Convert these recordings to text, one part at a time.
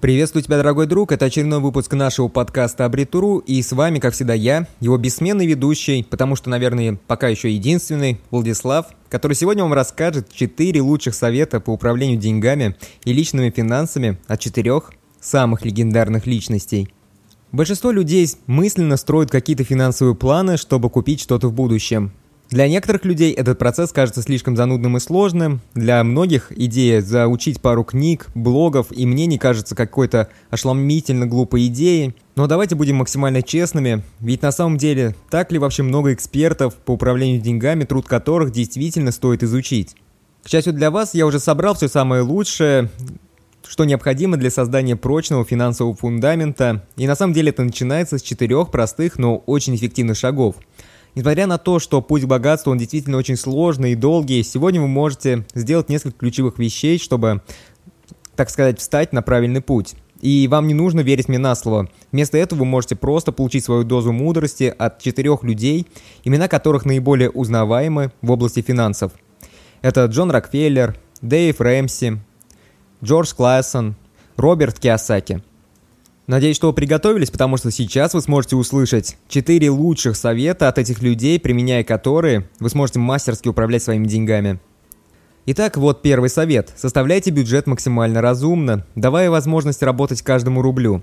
Приветствую тебя, дорогой друг, это очередной выпуск нашего подкаста «Абритуру», и с вами, как всегда, я, его бессменный ведущий, потому что, наверное, пока еще единственный, Владислав, который сегодня вам расскажет 4 лучших совета по управлению деньгами и личными финансами от 4 самых легендарных личностей. Большинство людей мысленно строят какие-то финансовые планы, чтобы купить что-то в будущем. Для некоторых людей этот процесс кажется слишком занудным и сложным. Для многих идея заучить пару книг, блогов и мнений кажется какой-то ошеломительно глупой идеей. Но давайте будем максимально честными, ведь на самом деле так ли вообще много экспертов по управлению деньгами, труд которых действительно стоит изучить? К счастью для вас, я уже собрал все самое лучшее, что необходимо для создания прочного финансового фундамента. И на самом деле это начинается с 4 простых, но очень эффективных шагов. Несмотря на то, что путь к богатству, он действительно очень сложный и долгий, сегодня вы можете сделать несколько ключевых вещей, чтобы, так сказать, встать на правильный путь. И вам не нужно верить мне на слово. Вместо этого вы можете просто получить свою дозу мудрости от 4 людей, имена которых наиболее узнаваемы в области финансов. Это Джон Рокфеллер, Дэйв Рэмси, Джордж Клайсон, Роберт Кийосаки. Надеюсь, что вы приготовились, потому что сейчас вы сможете услышать 4 лучших совета от этих людей, применяя которые вы сможете мастерски управлять своими деньгами. Итак, вот первый совет. Составляйте бюджет максимально разумно, давая возможность работать каждому рублю.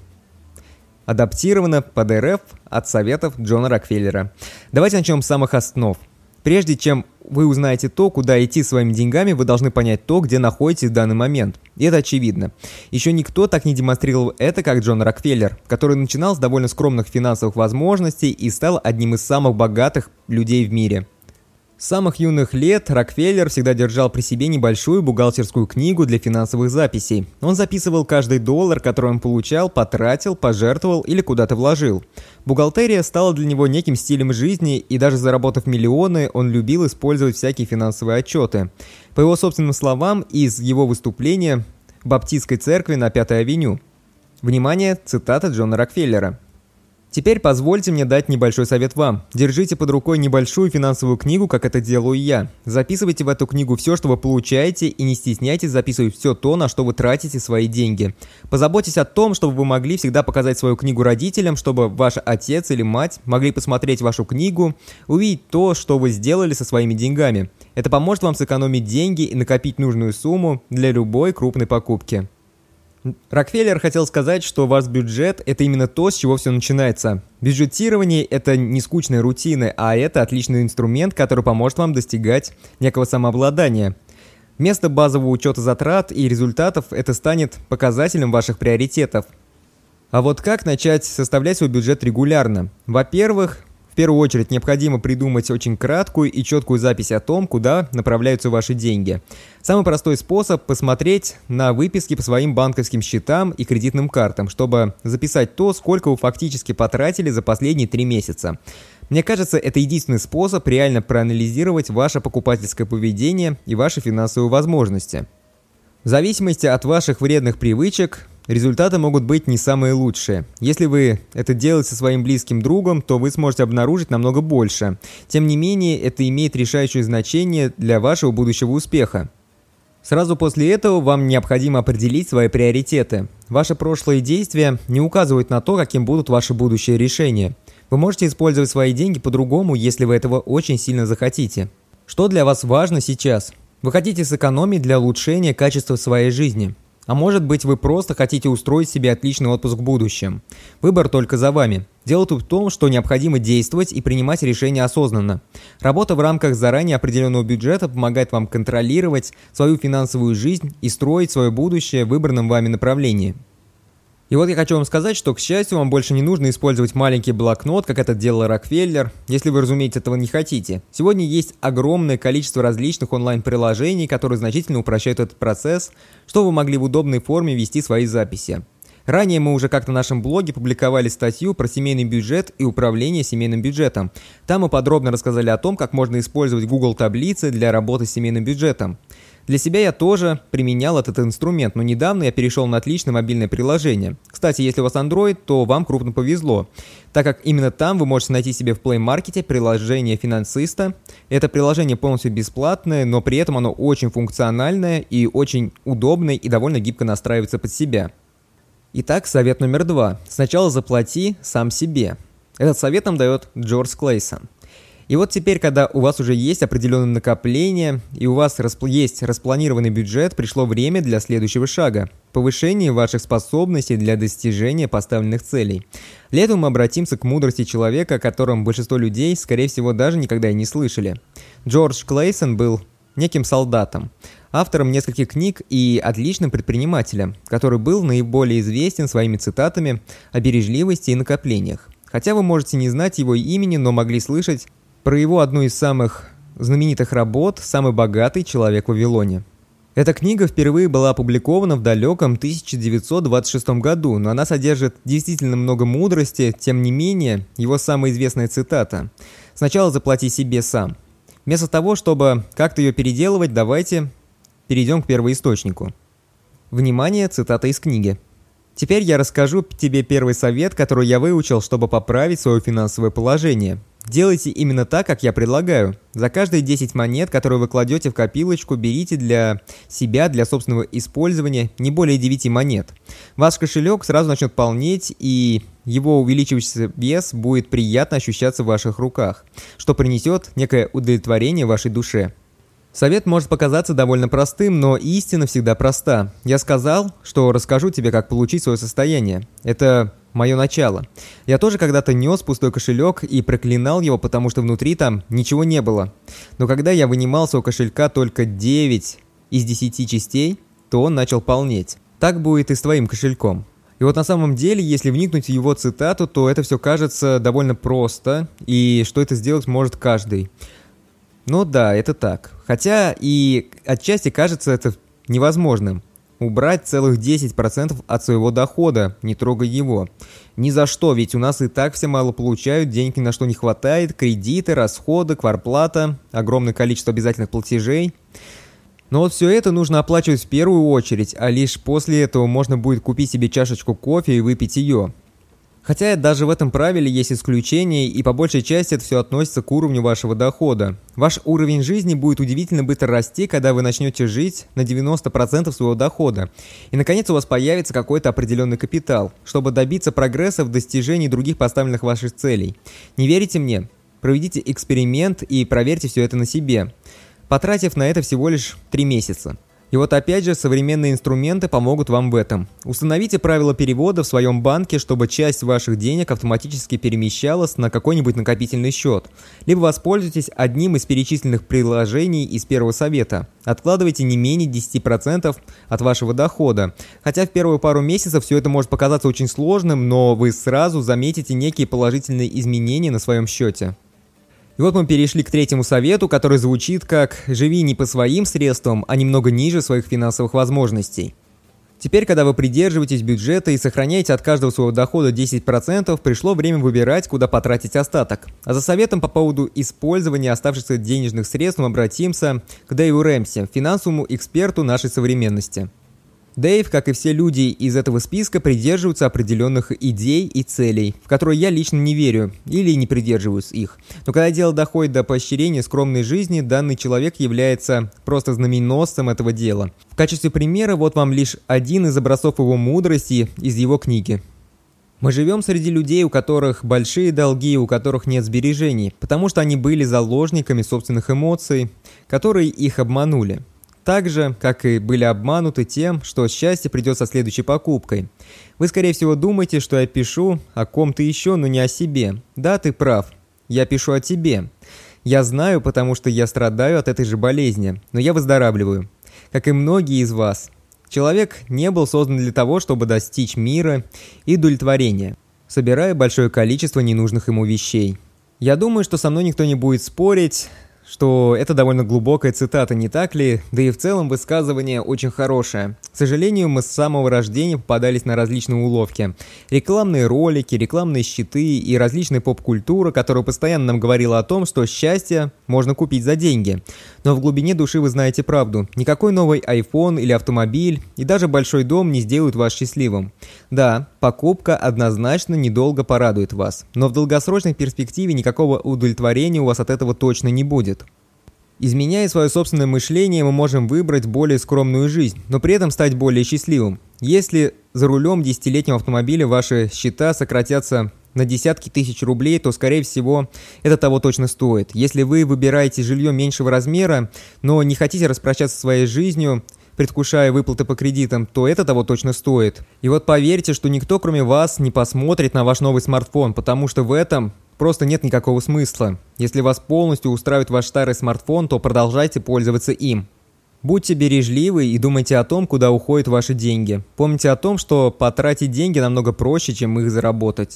Адаптировано под РФ от советов Джона Рокфеллера. Давайте начнем с самых основ. Прежде чем вы узнаете то, куда идти своими деньгами, вы должны понять то, где находитесь в данный момент. И это очевидно. Еще никто так не демонстрировал это, как Джон Рокфеллер, который начинал с довольно скромных финансовых возможностей и стал одним из самых богатых людей в мире. С самых юных лет Рокфеллер всегда держал при себе небольшую бухгалтерскую книгу для финансовых записей. Он записывал каждый доллар, который он получал, потратил, пожертвовал или куда-то вложил. Бухгалтерия стала для него неким стилем жизни, и даже заработав миллионы, он любил использовать всякие финансовые отчеты. По его собственным словам, из его выступления в Баптистской церкви на 5-й авеню. Внимание, цитата Джона Рокфеллера. Теперь позвольте мне дать небольшой совет вам. Держите под рукой небольшую финансовую книгу, как это делаю я. Записывайте в эту книгу все, что вы получаете, и не стесняйтесь записывать все то, на что вы тратите свои деньги. Позаботьтесь о том, чтобы вы могли всегда показать свою книгу родителям, чтобы ваш отец или мать могли посмотреть вашу книгу, увидеть то, что вы сделали со своими деньгами. Это поможет вам сэкономить деньги и накопить нужную сумму для любой крупной покупки. Рокфеллер хотел сказать, что ваш бюджет – это именно то, с чего все начинается. Бюджетирование – это не скучная рутина, а это отличный инструмент, который поможет вам достигать некого самообладания. Вместо базового учета затрат и результатов это станет показателем ваших приоритетов. А вот как начать составлять свой бюджет регулярно? Во-первых, в первую очередь необходимо придумать очень краткую и четкую запись о том, куда направляются ваши деньги. Самый простой способ – посмотреть на выписки по своим банковским счетам и кредитным картам, чтобы записать то, сколько вы фактически потратили за последние 3 месяца. Мне кажется, это единственный способ реально проанализировать ваше покупательское поведение и ваши финансовые возможности. В зависимости от ваших вредных привычек, результаты могут быть не самые лучшие. Если вы это делаете со своим близким другом, то вы сможете обнаружить намного больше. Тем не менее, это имеет решающее значение для вашего будущего успеха. Сразу после этого вам необходимо определить свои приоритеты. Ваши прошлые действия не указывают на то, каким будут ваши будущие решения. Вы можете использовать свои деньги по-другому, если вы этого очень сильно захотите. Что для вас важно сейчас? Вы хотите сэкономить для улучшения качества своей жизни. А может быть, вы просто хотите устроить себе отличный отпуск в будущем. Выбор только за вами. Дело тут в том, что необходимо действовать и принимать решения осознанно. Работа в рамках заранее определенного бюджета помогает вам контролировать свою финансовую жизнь и строить свое будущее в выбранном вами направлении. И вот я хочу вам сказать, что, к счастью, вам больше не нужно использовать маленький блокнот, как это делал Рокфеллер, если вы, разумеется, этого не хотите. Сегодня есть огромное количество различных онлайн-приложений, которые значительно упрощают этот процесс, чтобы вы могли в удобной форме вести свои записи. Ранее мы уже как-то в нашем блоге публиковали статью про семейный бюджет и управление семейным бюджетом. Там мы подробно рассказали о том, как можно использовать Google таблицы для работы с семейным бюджетом. Для себя я тоже применял этот инструмент, но недавно я перешел на отличное мобильное приложение. Кстати, если у вас Android, то вам крупно повезло, так как именно там вы можете найти себе в Play Market приложение финансиста. Это приложение полностью бесплатное, но при этом оно очень функциональное и очень удобное и довольно гибко настраивается под себя. Итак, совет номер 2. Сначала заплати сам себе. Этот совет нам дает Джордж Клейсон. И вот теперь, когда у вас уже есть определенное накопление, и у вас есть распланированный бюджет, пришло время для следующего шага – повышения ваших способностей для достижения поставленных целей. Для этого мы обратимся к мудрости человека, о котором большинство людей, скорее всего, даже никогда и не слышали. Джордж Клейсон был неким солдатом, автором нескольких книг и отличным предпринимателем, который был наиболее известен своими цитатами о бережливости и накоплениях. Хотя вы можете не знать его имени, но могли слышать про его одну из самых знаменитых работ «Самый богатый человек в Вавилоне». Эта книга впервые была опубликована в далеком 1926 году, но она содержит действительно много мудрости, тем не менее, его самая известная цитата «Сначала заплати себе сам». Вместо того, чтобы как-то ее переделывать, давайте перейдем к первоисточнику. Внимание, цитата из книги. «Теперь я расскажу тебе первый совет, который я выучил, чтобы поправить свое финансовое положение. Делайте именно так, как я предлагаю. За каждые 10 монет, которые вы кладете в копилочку, берите для себя, для собственного использования, не более 9 монет. Ваш кошелек сразу начнет полнеть, и его увеличивающийся вес будет приятно ощущаться в ваших руках, что принесет некое удовлетворение вашей душе». Совет может показаться довольно простым, но истина всегда проста. Я сказал, что расскажу тебе, как получить свое состояние. Это мое начало. Я тоже когда-то нес пустой кошелек и проклинал его, потому что внутри там ничего не было. Но когда я вынимал с его кошелька только 9 из 10 частей, то он начал полнеть. Так будет и с твоим кошельком. И вот на самом деле, если вникнуть в его цитату, то это все кажется довольно просто, и что это сделать может каждый. Ну да, это так. Хотя и отчасти кажется это невозможным. Убрать целых 10% от своего дохода, не трогай его. Ни за что, ведь у нас и так все мало получают, денег ни на что не хватает, кредиты, расходы, квартплата, огромное количество обязательных платежей. Но вот все это нужно оплачивать в первую очередь, а лишь после этого можно будет купить себе чашечку кофе и выпить ее. Хотя даже в этом правиле есть исключения, и по большей части это все относится к уровню вашего дохода. Ваш уровень жизни будет удивительно быстро расти, когда вы начнете жить на 90% своего дохода. И наконец у вас появится какой-то определенный капитал, чтобы добиться прогресса в достижении других поставленных ваших целей. Не верите мне? Проведите эксперимент и проверьте все это на себе, потратив на это всего лишь 3 месяца. И вот опять же, современные инструменты помогут вам в этом. Установите правила перевода в своем банке, чтобы часть ваших денег автоматически перемещалась на какой-нибудь накопительный счет. Либо воспользуйтесь одним из перечисленных приложений из первого совета. Откладывайте не менее 10% от вашего дохода. Хотя в первую пару месяцев все это может показаться очень сложным, но вы сразу заметите некие положительные изменения на своем счете. И вот мы перешли к третьему совету, который звучит как «живи не по своим средствам, а немного ниже своих финансовых возможностей». Теперь, когда вы придерживаетесь бюджета и сохраняете от каждого своего дохода 10%, пришло время выбирать, куда потратить остаток. А за советом по поводу использования оставшихся денежных средств мы обратимся к Дэйву Рэмси, финансовому эксперту нашей современности. Дэйв, как и все люди из этого списка, придерживаются определенных идей и целей, в которые я лично не верю или не придерживаюсь их. Но когда дело доходит до поощрения скромной жизни, данный человек является просто знаменосцем этого дела. В качестве примера вот вам лишь один из образцов его мудрости из его книги. Мы живем среди людей, у которых большие долги, у которых нет сбережений, потому что они были заложниками собственных эмоций, которые их обманули. Так же, как и были обмануты тем, что счастье придет со следующей покупкой. Вы, скорее всего, думаете, что я пишу о ком-то еще, но не о себе. Да, ты прав. Я пишу о тебе. Я знаю, потому что я страдаю от этой же болезни, но я выздоравливаю. Как и многие из вас. Человек не был создан для того, чтобы достичь мира и удовлетворения, собирая большое количество ненужных ему вещей. Я думаю, что со мной никто не будет спорить, что это довольно глубокая цитата, не так ли? Да и в целом высказывание очень хорошее. К сожалению, мы с самого рождения попадались на различные уловки. Рекламные ролики, рекламные щиты и различная поп-культура, которая постоянно нам говорила о том, что счастье можно купить за деньги. Но в глубине души вы знаете правду. Никакой новый iPhone или автомобиль и даже большой дом не сделают вас счастливым. Да, покупка однозначно недолго порадует вас, но в долгосрочной перспективе никакого удовлетворения у вас от этого точно не будет. Изменяя свое собственное мышление, мы можем выбрать более скромную жизнь, но при этом стать более счастливым. Если за рулем десятилетнего автомобиля ваши счета сократятся на десятки тысяч рублей, то, скорее всего, это того точно стоит. Если вы выбираете жилье меньшего размера, но не хотите распрощаться со своей жизнью, предвкушая выплаты по кредитам, то это того точно стоит. И вот поверьте, что никто кроме вас не посмотрит на ваш новый смартфон, потому что в этом просто нет никакого смысла. Если вас полностью устраивает ваш старый смартфон, то продолжайте пользоваться им. Будьте бережливы и думайте о том, куда уходят ваши деньги. Помните о том, что потратить деньги намного проще, чем их заработать.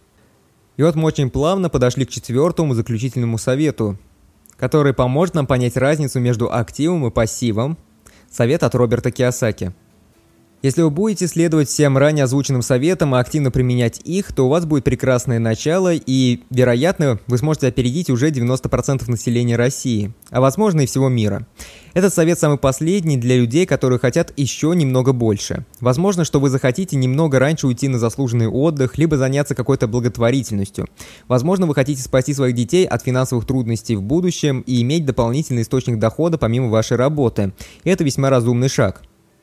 И вот мы очень плавно подошли к четвертому заключительному совету, который поможет нам понять разницу между активом и пассивом. Совет от Роберта Кийосаки. Если вы будете следовать всем ранее озвученным советам и активно применять их, то у вас будет прекрасное начало и, вероятно, вы сможете опередить уже 90% населения России, а возможно и всего мира. Этот совет самый последний для людей, которые хотят еще немного больше. Возможно, что вы захотите немного раньше уйти на заслуженный отдых, либо заняться какой-то благотворительностью. Возможно, вы хотите спасти своих детей от финансовых трудностей в будущем и иметь дополнительный источник дохода помимо вашей работы. И это весьма разумный шаг.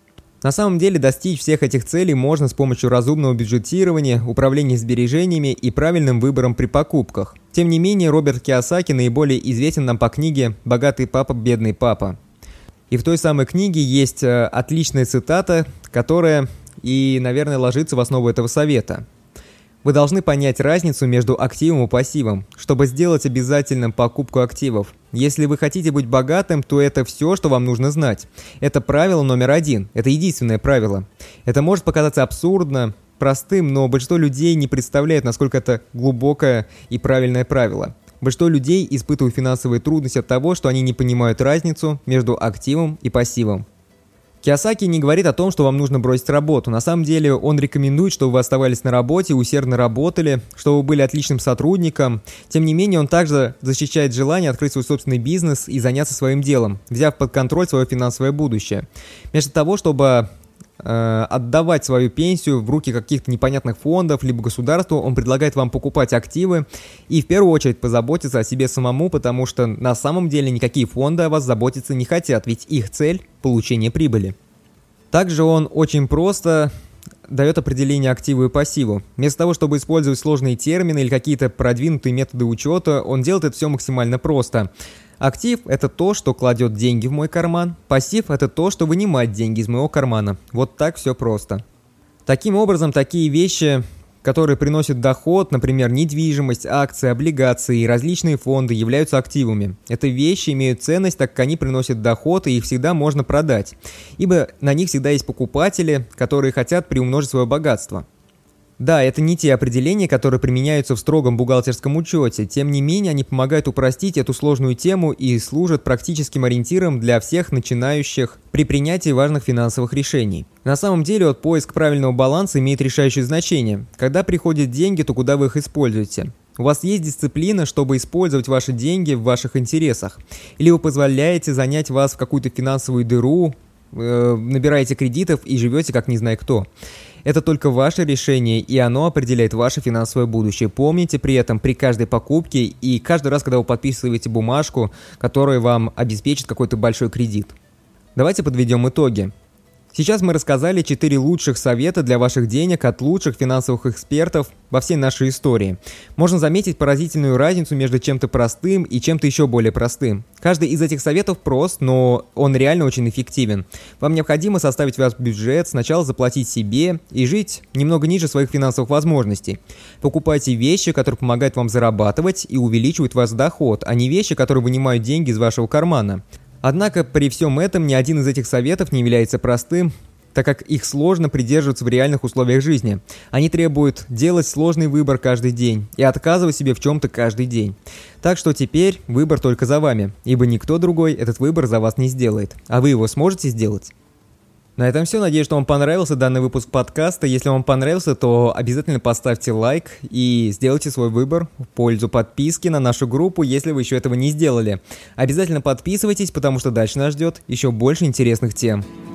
На самом деле достичь всех этих целей можно с помощью разумного бюджетирования, управления сбережениями и правильным выбором при покупках. Тем не менее, Роберт Кийосаки наиболее известен нам по книге «Богатый папа, бедный папа». И в той самой книге есть отличная цитата, которая и, наверное, ложится в основу этого совета. Вы должны понять разницу между активом и пассивом, чтобы сделать обязательным покупку активов. Если вы хотите быть богатым, то это все, что вам нужно знать. Это правило номер один. Это единственное правило. Это может показаться абсурдно, простым, но большинство людей не представляет, насколько это глубокое и правильное правило. Большинство людей испытывают финансовые трудности от того, что они не понимают разницу между активом и пассивом. Кийосаки не говорит о том, что вам нужно бросить работу. На самом деле он рекомендует, чтобы вы оставались на работе, усердно работали, чтобы вы были отличным сотрудником. Тем не менее, он также защищает желание открыть свой собственный бизнес и заняться своим делом, взяв под контроль свое финансовое будущее. Вместо того, чтобы отдавать свою пенсию в руки каких-то непонятных фондов либо государству, он предлагает вам покупать активы и в первую очередь позаботиться о себе самому, потому что на самом деле никакие фонды о вас заботиться не хотят, ведь их цель – получение прибыли. Также он очень просто дает определение активу и пассиву. Вместо того, чтобы использовать сложные термины или какие-то продвинутые методы учета, он делает это все максимально просто. Актив – это то, что кладет деньги в мой карман. Пассив – это то, что вынимает деньги из моего кармана. Вот так все просто. Таким образом, такие вещи, которые приносят доход, например, недвижимость, акции, облигации и различные фонды, являются активами. Это вещи имеют ценность, так как они приносят доход, и их всегда можно продать. Ибо на них всегда есть покупатели, которые хотят приумножить свое богатство. Да, это не те определения, которые применяются в строгом бухгалтерском учете, тем не менее они помогают упростить эту сложную тему и служат практическим ориентиром для всех начинающих при принятии важных финансовых решений. На самом деле вот поиск правильного баланса имеет решающее значение. Когда приходят деньги, то куда вы их используете? У вас есть дисциплина, чтобы использовать ваши деньги в ваших интересах? Или вы позволяете занять вас в какую-то финансовую дыру, набираете кредитов и живете как не знаю кто? Это только ваше решение, и оно определяет ваше финансовое будущее. Помните при этом при каждой покупке и каждый раз, когда вы подписываете бумажку, которая вам обеспечит какой-то большой кредит. Давайте подведем итоги. Сейчас мы рассказали 4 лучших совета для ваших денег от лучших финансовых экспертов во всей нашей истории. Можно заметить поразительную разницу между чем-то простым и чем-то еще более простым. Каждый из этих советов прост, но он реально очень эффективен. Вам необходимо составить ваш бюджет, сначала заплатить себе и жить немного ниже своих финансовых возможностей. Покупайте вещи, которые помогают вам зарабатывать и увеличивают ваш доход, а не вещи, которые вынимают деньги из вашего кармана. Однако при всем этом ни один из этих советов не является простым, так как их сложно придерживаться в реальных условиях жизни. Они требуют делать сложный выбор каждый день и отказывать себе в чем-то каждый день. Так что теперь выбор только за вами, ибо никто другой этот выбор за вас не сделает. А вы его сможете сделать? На этом все. Надеюсь, что вам понравился данный выпуск подкаста. Если вам понравился, то обязательно поставьте лайк и сделайте свой выбор в пользу подписки на нашу группу, если вы еще этого не сделали. Обязательно подписывайтесь, потому что дальше нас ждет еще больше интересных тем.